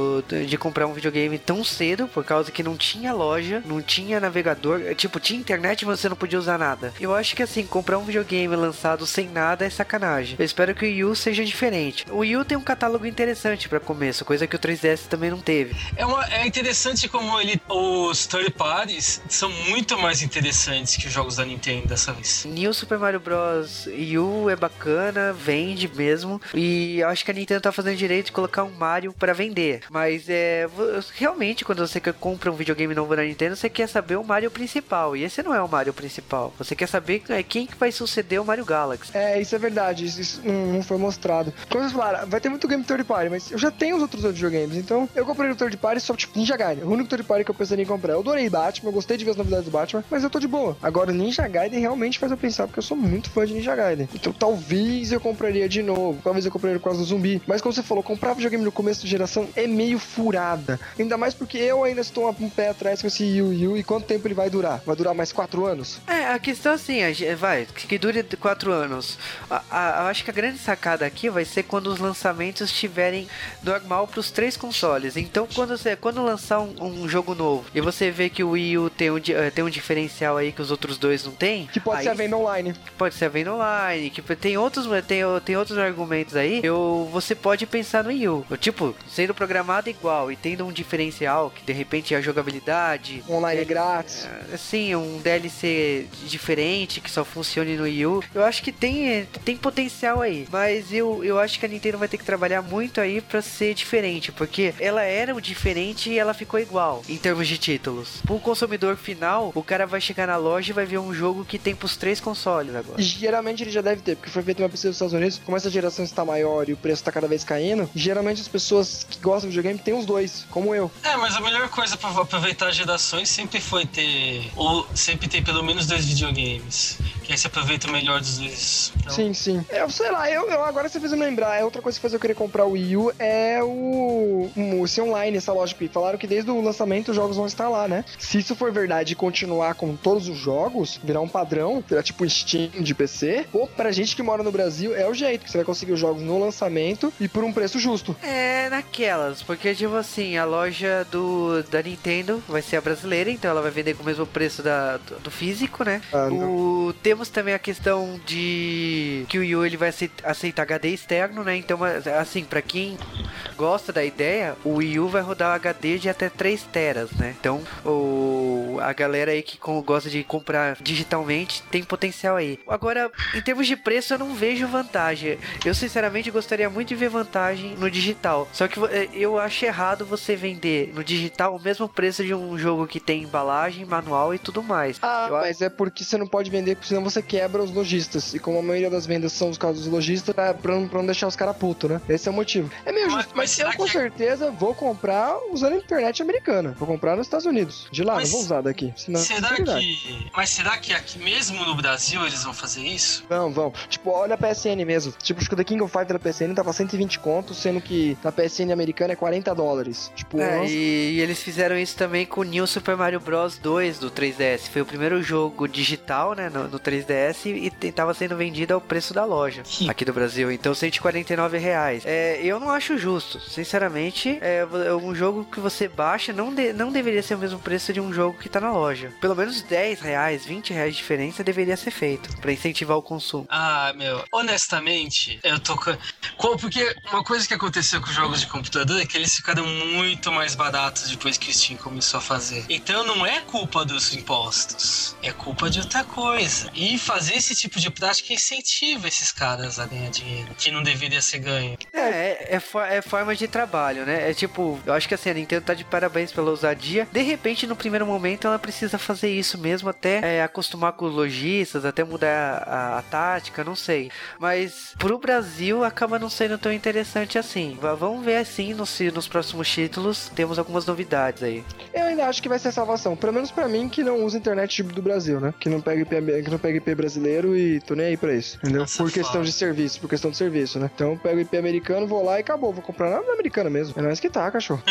de comprar um videogame tão cedo, por causa que não tinha loja, não tinha navegador, tipo, tinha internet, mas você não podia usar nada. Eu acho que assim, comprar um videogame lançado sem nada é sacanagem. Eu espero que o Wii U seja diferente. O Wii U tem um catálogo interessante para começo, coisa que o 3DS também não teve. É interessante como os third parties são muito mais interessantes que os jogos da Nintendo dessa vez. New Super Mario Bros. Wii U é bacana, vende mesmo, e eu acho que a Nintendo tá fazendo direito de colocar um Mario para vender, mas realmente quando você compra um videogame novo da Nintendo, você quer saber o Mario principal, e esse não é o Mario principal, você quer saber quem que vai suceder o Mario Galaxy. Isso é verdade, isso não foi mostrado. Como vocês falaram, vai ter muito game third party, mas eu já tenho os outros videogames, então eu comprei o third party só tipo Ninja Gaiden, o único third party que eu pensaria em comprar. Eu adorei Batman, eu gostei de ver as novidades do Batman, mas eu tô de boa. Agora o Ninja Gaiden realmente faz eu pensar, porque eu sou muito fã de Ninja Gaiden. Então talvez eu compraria de novo, talvez eu compraria por causa do zumbi, mas como você falou, comprar videogame no começo de geração é meio furada, ainda mais porque eu ainda estou um pé atrás com esse Wii U, e quanto tempo ele vai durar? Vai durar mais 4 anos? A questão assim, que dure 4 anos. Eu acho que a grande sacada aqui vai ser quando os lançamentos estiverem normal para os 3 consoles. Então quando lançar um jogo novo e você vê que o Wii U tem um diferencial aí que os outros 2 não tem, que pode ser a venda online. Pode ser a venda online, que tem outros argumentos aí, você pode pensar no Wii U. Tipo, sendo programado igual e tendo um diferencial, que de repente é a jogabilidade online grátis, assim, um DLC diferente que só funcione no Wii U. Eu acho que tem potencial aí, mas eu acho que a Nintendo vai ter que trabalhar muito aí pra ser diferente, porque ela era o diferente e ela ficou igual em termos de títulos. Pro consumidor final, o cara vai chegar na loja e vai ver um jogo que tem pros 3 consoles agora. Geralmente ele já deve ter, porque foi feito uma pesquisa nos Estados Unidos, como essa geração está maior e o preço tá cada vez caindo, geralmente as pessoas que gostam de videogame tem os 2, como eu. Mas a melhor coisa pra aproveitar as gerações sempre foi ter pelo menos 2 videogames, que aí você aproveita o melhor dos 2. Então... Sim. Eu sei lá, eu agora você fez eu me lembrar, outra coisa que fez eu querer comprar o Wii U é esse online, essa loja que falaram que desde o lançamento os jogos vão estar lá, né? Se isso for verdade e continuar com todos os jogos, virar um padrão, virar tipo Steam de PC, pra gente que mora no Brasil é o jeito, que você vai conseguir os jogos no lançamento e por um preço justo. Naquelas, porque tipo assim, a loja da Nintendo vai ser a brasileira, então ela vai vender com o mesmo preço do físico, né? Temos também a questão de que o Wii U ele vai aceitar HD externo, né? Então, assim, pra quem gosta da ideia, o Wii U vai rodar HD de até 3 teras, né? Então, a galera aí que gosta de comprar digitalmente tem potencial aí. Agora, em termos de preço, eu não vejo vantagem. Eu, sinceramente, gostaria muito de ver vantagem no digital. Só que eu acho errado você vender no digital o mesmo preço de um jogo que tem embalagem, manual e tudo mais. Mas é porque você não pode vender, porque senão você quebra os lojistas. E como a maioria das vendas são os casos dos lojistas, pra não deixar os caras putos, né? Esse é o motivo. É meio justo, mas eu com certeza vou comprar usando a internet americana. Vou comprar nos Estados Unidos. De lá, não vou usar daqui. Será que aqui mesmo no Brasil eles vão fazer isso? Vão. Tipo, olha a PSN mesmo. Tipo, acho que o The King of Fighters da PSN tava 120 contos, sendo que na PSN americana é $40. Tipo, e eles fizeram isso também com o New Super Mario Bros. 2 do 3DS. Foi o primeiro jogo digital, né, no 3DS e tava sendo vendido ao preço da loja aqui do Brasil. Então, R$149. Eu não acho justo. Sinceramente, é um jogo que você baixa não deveria ser o mesmo preço de um jogo que tá na loja. Pelo menos R$10, R$20 de diferença deveria ser feito pra incentivar o consumo. Honestamente, eu tô... Porque uma coisa que aconteceu com os jogos de computador é que eles ficaram muito mais baratos depois que o Steam começou a fazer. Então não é culpa dos impostos, é culpa de outra coisa. E fazer esse tipo de prática incentiva esses caras a ganhar dinheiro, que não deveria ser ganho. É forma de trabalho, né? É tipo, eu acho que assim, a Nintendo tá de parabéns pela ousadia. De repente, no primeiro momento, ela precisa fazer isso mesmo, até acostumar com os lojistas, até mudar a tática, não sei. Mas pro Brasil acaba não sendo tão interessante assim. Vamos ver assim nos próximos títulos, temos algumas novidades aí. Eu ainda acho que vai ser a salvação, pelo menos pra mim que não usa internet tipo do Brasil, né? Que não pega IP brasileiro e tô nem aí pra isso, entendeu? Por questão de serviço, né? Então eu pego o IP americano, vou lá e acabou, vou comprar na americana mesmo. É nóis que tá, cachorro.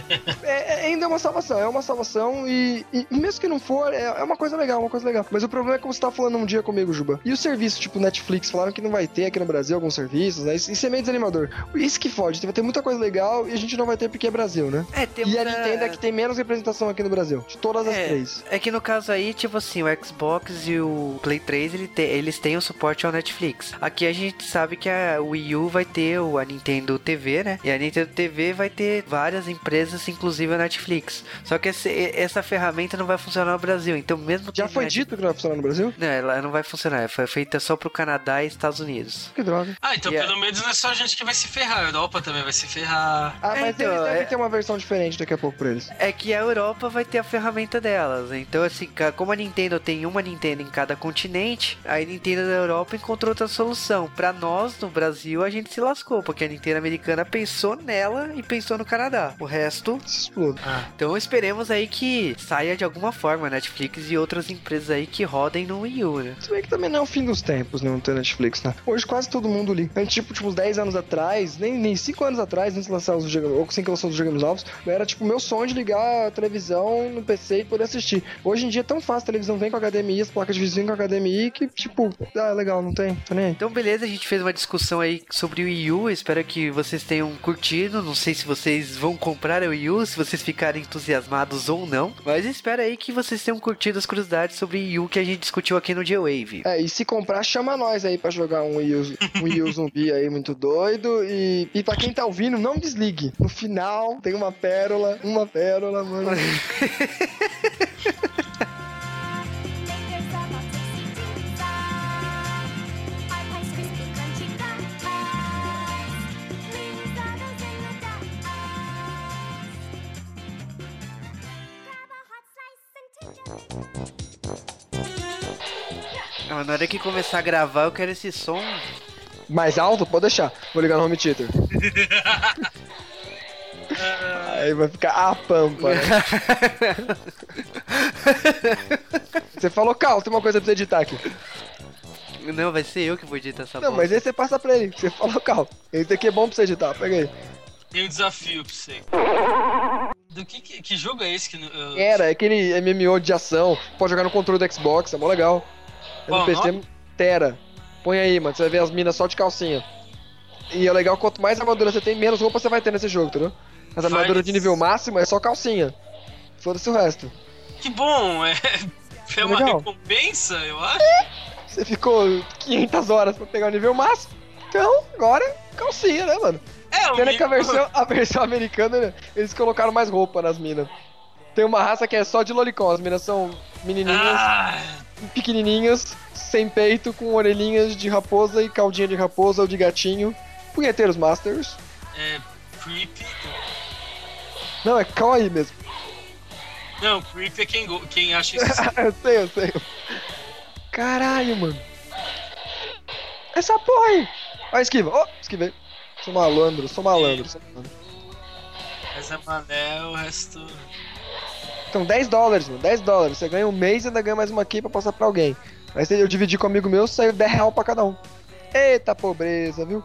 Ainda é uma salvação e mesmo que não for, é uma coisa legal. Mas o problema é como você tava falando um dia comigo, Juba. E o serviço tipo Netflix, falaram que não vai ter aqui no Brasil alguns serviços, né? Isso é meio desanimador. Isso que fode, vai ter muita coisa legal e a gente não vai ter porque é Brasil, né? E a Nintendo é que tem menos representação aqui no Brasil, de todas as três. É que no caso aí, tipo assim, o Xbox e o Play 3, eles têm o suporte ao Netflix. Aqui a gente sabe que a Wii U vai ter a Nintendo TV, né? E a Nintendo TV vai ter várias empresas, inclusive a Netflix. Só que essa ferramenta não vai funcionar no Brasil, então mesmo... Já foi dito que não vai funcionar no Brasil? Não, ela não vai funcionar, foi feita só pro Canadá e Estados Unidos. Que droga. Então pelo menos não é só a gente que vai se ferrar, a Europa também vai se ferrar. Mas então, eles devem ter uma versão diferente daqui a pouco pra eles. É que a Europa vai ter a ferramenta delas, então assim, como a Nintendo tem uma Nintendo em cada continente, a Nintendo da Europa encontrou outra solução. Pra nós, no Brasil, a gente se lascou, porque a Nintendo americana pensou nela e pensou no Canadá. O resto... explode. Então esperemos aí que saia de alguma forma Netflix e outras empresas aí que rodem no Wii U, né? Se bem que também não é o fim dos tempos, não ter Netflix, né? Hoje quase todo mundo liga. A gente, tipo, uns 10 anos atrás, nem 5 anos atrás, antes de lançar os videogames, ou assim que lançou os videogames novos, era tipo meu sonho de ligar a televisão no PC e poder assistir. Hoje em dia é tão fácil, a televisão vem com HDMI, as placas de vídeo vêm com HDMI, que tipo, legal, não tem, tá nem aí. Então beleza, a gente fez uma discussão aí sobre o Wii U, espero que vocês tenham curtido, não sei se vocês vão comprar o Wii U, se vocês ficarem entusiasmados ou não, mas espero aí que vocês tenham curtido as curiosidades sobre o Wii U que a gente discutiu aqui no G-Wave. E se comprar, chama nós aí pra jogar um Wii U zumbi aí muito doido, e pra quem tá ouvindo, não desligue. No final, tem uma pérola, mano. Na hora que começar a gravar, eu quero esse som mais alto? Pode deixar. Vou ligar no home theater. Aí vai ficar a pampa, né? Você falou, Cal, tem uma coisa pra você editar aqui. Não, vai ser eu que vou editar essa Não, mas aí você passa pra ele. Você falou, Cal, esse aqui é bom pra você editar, pega aí. Tem um desafio pra você. Que jogo é esse que... É aquele MMO de ação. Pode jogar no controle do Xbox, é mó legal. No PC, Terra. Põe aí, mano, você vai ver as minas só de calcinha. E é legal, quanto mais armadura você tem, menos roupa você vai ter nesse jogo, entendeu? As armaduras de nível máximo é só calcinha. Foda-se o resto. Que bom, é uma legal. Recompensa, eu acho. Você ficou 500 horas pra pegar o nível máximo. Então, agora, calcinha, né, mano? Pena que a versão americana, né, eles colocaram mais roupa nas minas. Tem uma raça que é só de lolicon. As meninas são menininhas, pequenininhas, sem peito, com orelhinhas de raposa e caldinha de raposa ou de gatinho. Punheteiros Masters. É... Creepy. Não, é kawaii mesmo. Não, creepy é quem acha isso. eu sei. Caralho, mano. Essa porra aí. Ó, esquiva. Ó, esquivei. Sou malandro. Mas é mané, o resto... Então, $10, mano. $10. Você ganha um mês e ainda ganha mais uma aqui pra passar pra alguém. Aí eu dividi com um amigo meu, saiu R$10 pra cada um. Eita pobreza, viu?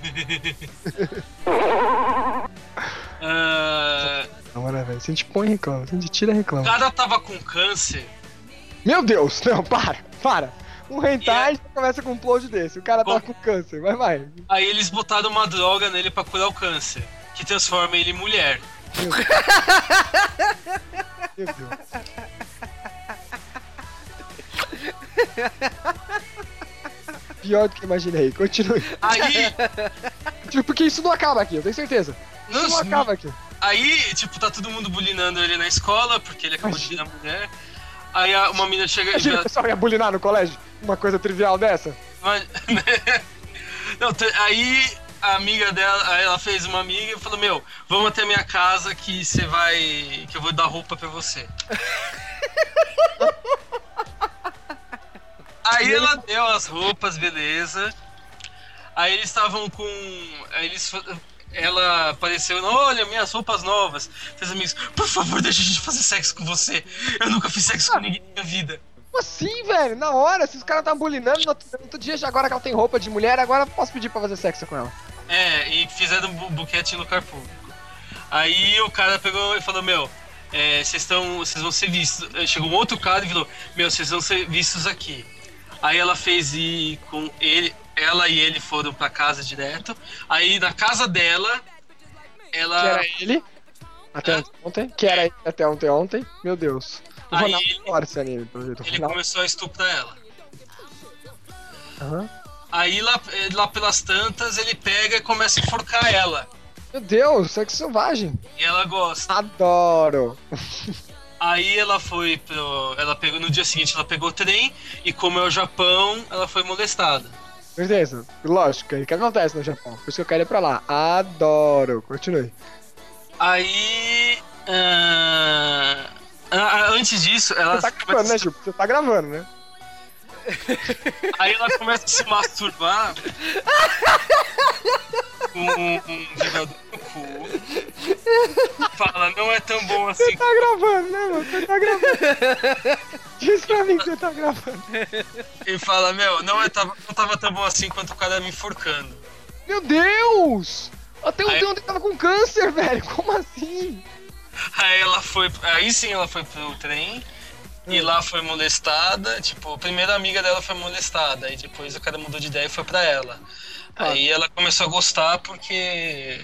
Não, né, velho? Se a gente põe, reclama. Se a gente tira, reclama. O cara tava com câncer. Meu Deus! Não, para! Um hentai começa com um plot desse. O cara tava com câncer, vai. Aí eles botaram uma droga nele pra curar o câncer, que transforma ele em mulher. Meu Deus. Pior do que imaginei. Continue. Aí... Porque isso não acaba aqui, eu tenho certeza. Isso não acaba aqui. Aí, tipo, tá todo mundo bulinando ele na escola, porque ele acabou de virar mulher. Aí uma mina chega e... Imagina o pessoal ia bulinar no colégio? Uma coisa trivial dessa? Não, aí a amiga dela, aí ela fez uma amiga e falou, meu, vamos até minha casa que você vai... que eu vou dar roupa pra você. Aí ela deu as roupas, beleza. Aí eles estavam com... Ela apareceu, olha, minhas roupas novas. Seus amigos, por favor, deixa a gente fazer sexo com você. Eu nunca fiz sexo com ninguém na minha vida. Como assim, velho? Na hora, se os caras estavam bulinando, no outro dia, já agora que ela tem roupa de mulher, agora eu posso pedir pra fazer sexo com ela. É, e fizeram um buquete no lugar público. Aí o cara pegou e falou, meu, vocês vão ser vistos. Chegou um outro cara e falou, meu, vocês vão ser vistos aqui. Aí ela fez ir com ele... Ela e ele foram pra casa direto. Aí na casa dela, ela... Que era ele até ontem. Que era ele até ontem. Meu Deus. Aí ele começou a estuprar ela. Uhum. Aí lá pelas tantas, ele pega e começa a enforcar ela. Meu Deus, sexo selvagem. E ela gosta. Adoro. Aí ela pegou no dia seguinte, ela pegou o trem. E como é o Japão, ela foi molestada. Certeza, lógico, é o que acontece no Japão, por isso que eu quero ir pra lá. Adoro, continue. Aí... antes disso, ela... Você tá gravando, né, Ju? Você tá gravando, né? Aí ela começa a se masturbar com um vibrador no cu. Fala, não é tão bom assim. Você tá gravando, né, mano? Você tá gravando. Diz pra mim que você tá gravando. E fala, meu, não tava tão bom assim quanto o cara me enforcando. Meu Deus! Até o tempo tava com câncer, velho. Como assim? Aí sim ela foi pro trem. E lá foi molestada, tipo, a primeira amiga dela foi molestada, aí depois o cara mudou de ideia e foi pra ela. Aí ela começou a gostar porque...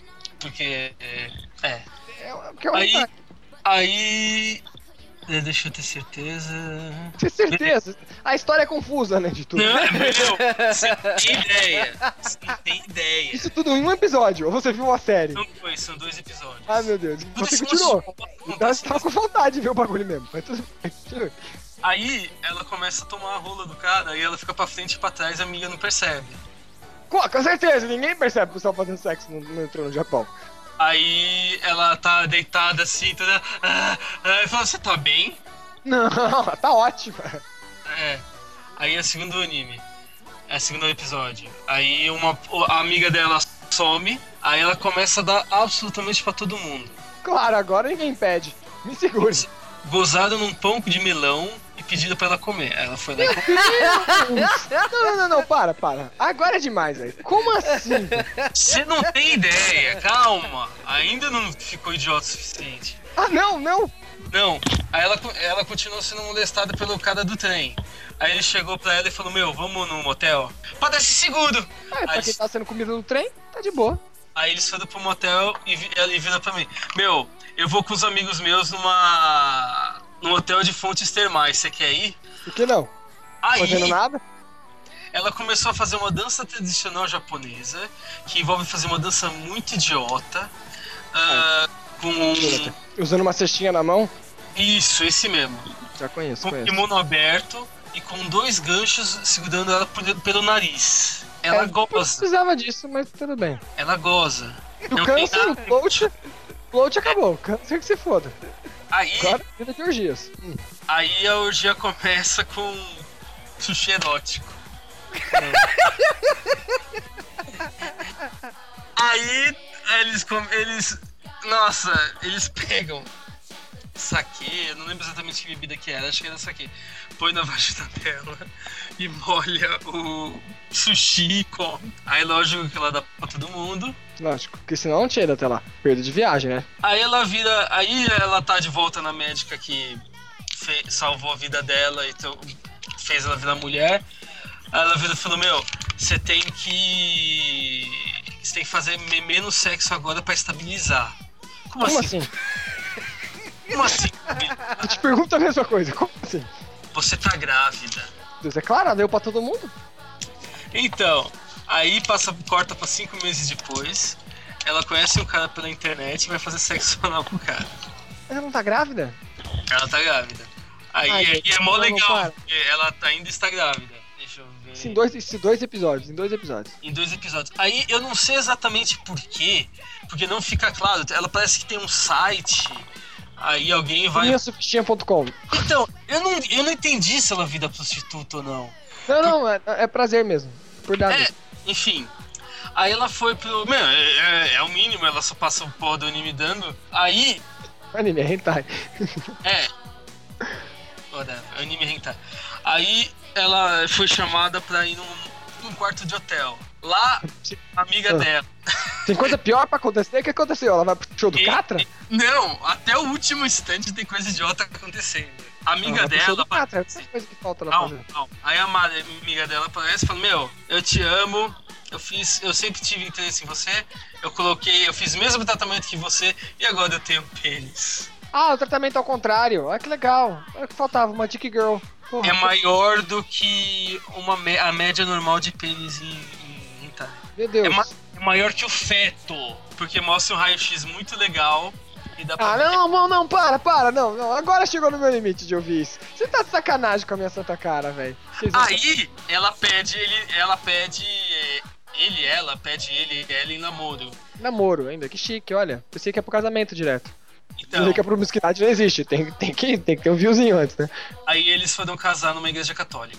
Aí... Deixa eu ter certeza... Ter certeza? A história é confusa, né, de tudo. Não, você não tem ideia. Você não tem ideia. Isso tudo em um episódio, ou você viu uma série? São 2 episódios. Ah, meu Deus. Você continuou. Então você tava com vontade de ver o bagulho mesmo. Mas tudo bem. Aí ela começa a tomar a rola do cara e ela fica pra frente e pra trás e a amiga não percebe. Com certeza, ninguém percebe que o pessoal fazendo sexo no metrô no Japão. Aí ela tá deitada assim, toda... e fala, você tá bem? Não, tá ótima. Aí é o segundo anime. É o segundo episódio. Aí a amiga dela some, aí ela começa a dar absolutamente pra todo mundo. Claro, agora ninguém impede. Me segure. Gozaram num pão de melão e pediram pra ela comer. Ela foi lá e comeu. Não, para. Agora é demais, velho. Como assim? Você não tem ideia, calma. Ainda não ficou idiota o suficiente. Ah, não. Não. Aí ela continuou sendo molestada pelo cara do trem. Aí ele chegou pra ela e falou, meu, vamos num motel? Pra dar esse seguro. Pra quem tá sendo comida no trem, tá de boa. Aí eles foram pro motel e ele virou pra mim, meu, eu vou com os amigos meus num hotel de fontes termais, você quer ir? Por que não? Aí, fazendo nada? Ela começou a fazer uma dança tradicional japonesa, que envolve fazer uma dança muito idiota, Usando uma cestinha na mão? Isso, esse mesmo. Já conheço, Com o kimono aberto e com 2 ganchos segurando ela pelo nariz. Ela Não goza. precisava disso, mas tudo bem. Ela goza. O Não tem câncer, nada. o float acabou. O câncer que se foda. Aí, Agora, vida de orgias. aí a orgia começa com sushi erótico. Aí eles pegam saquê, eu não lembro exatamente que bebida que era, acho que era saquê. Põe na vagina dela e molha o sushi e come. Aí lógico que ela dá pra todo mundo. Lógico, porque senão não tira até lá. Perda de viagem, né? Aí ela tá de volta na médica que salvou a vida dela e fez ela virar mulher. Aí ela vira e falou, você tem que fazer menos sexo agora pra estabilizar. Como assim? Como assim? Eu te pergunto a mesma coisa, como assim? Você tá grávida. Deus, é claro, deu pra todo mundo. Então, aí corta pra 5 meses depois. Ela conhece um cara pela internet e vai fazer sexo anal com o cara. Mas ela não tá grávida? Ela tá grávida. Aí é mó legal, porque ela ainda está grávida. Deixa eu ver. Em dois episódios. Em 2 episódios. Aí eu não sei exatamente por quê, porque não fica claro. Ela parece que tem um site. Aí alguém vai. Minhasufistinha.com. Então, eu não entendi se ela vira prostituta ou não. Não, é prazer mesmo. Por dar. Enfim. Aí ela foi pro. É o mínimo, ela só passa o pó do anime dando. Aí. Anime é hentai. Anime hentai. Aí ela foi chamada pra ir num quarto de hotel. Lá, a amiga dela. Tem coisa pior pra acontecer? O que aconteceu? Ela vai pro show do Catra? Não, até o último instante tem coisa idiota acontecendo. A amiga dela. Essa coisa que falta ela fazer. Não. Aí a amiga dela aparece e fala: eu te amo. Eu sempre tive interesse em você. Eu fiz o mesmo tratamento que você e agora eu tenho pênis. O tratamento ao contrário. Que legal. É o que faltava, uma Dick Girl. Porra. É maior do que a média normal de pênis em hentai. Meu Deus. É maior que o feto, porque mostra um raio-x muito legal. E dá pra não, para, não. Agora chegou no meu limite de ouvir isso. Você tá de sacanagem com a minha santa cara, velho. Aí, ela pede ele em namoro. Namoro ainda, que chique, olha. Pensei que é pro casamento direto. Então, Pensei que a promiscuidade não existe, tem que ter um viewzinho antes, né? Aí eles foram casar numa igreja católica.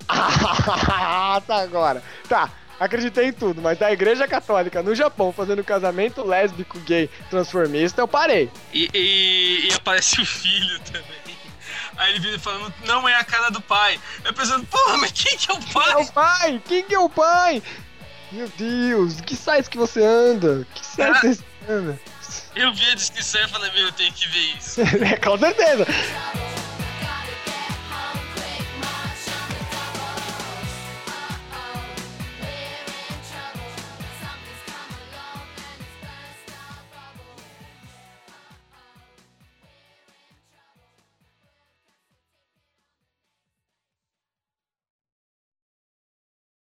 Tá agora. Tá, acreditei em tudo, mas da igreja católica no Japão fazendo casamento lésbico, gay, transformista, eu parei. E aparece o filho também. Aí ele vira falando, não é a cara do pai. Eu pensando, porra, mas quem que é o pai? Quem que é o pai? Meu Deus, que sites que você anda? Que sites você anda? Eu vi a descrição e falei, eu tenho que ver isso. Com certeza.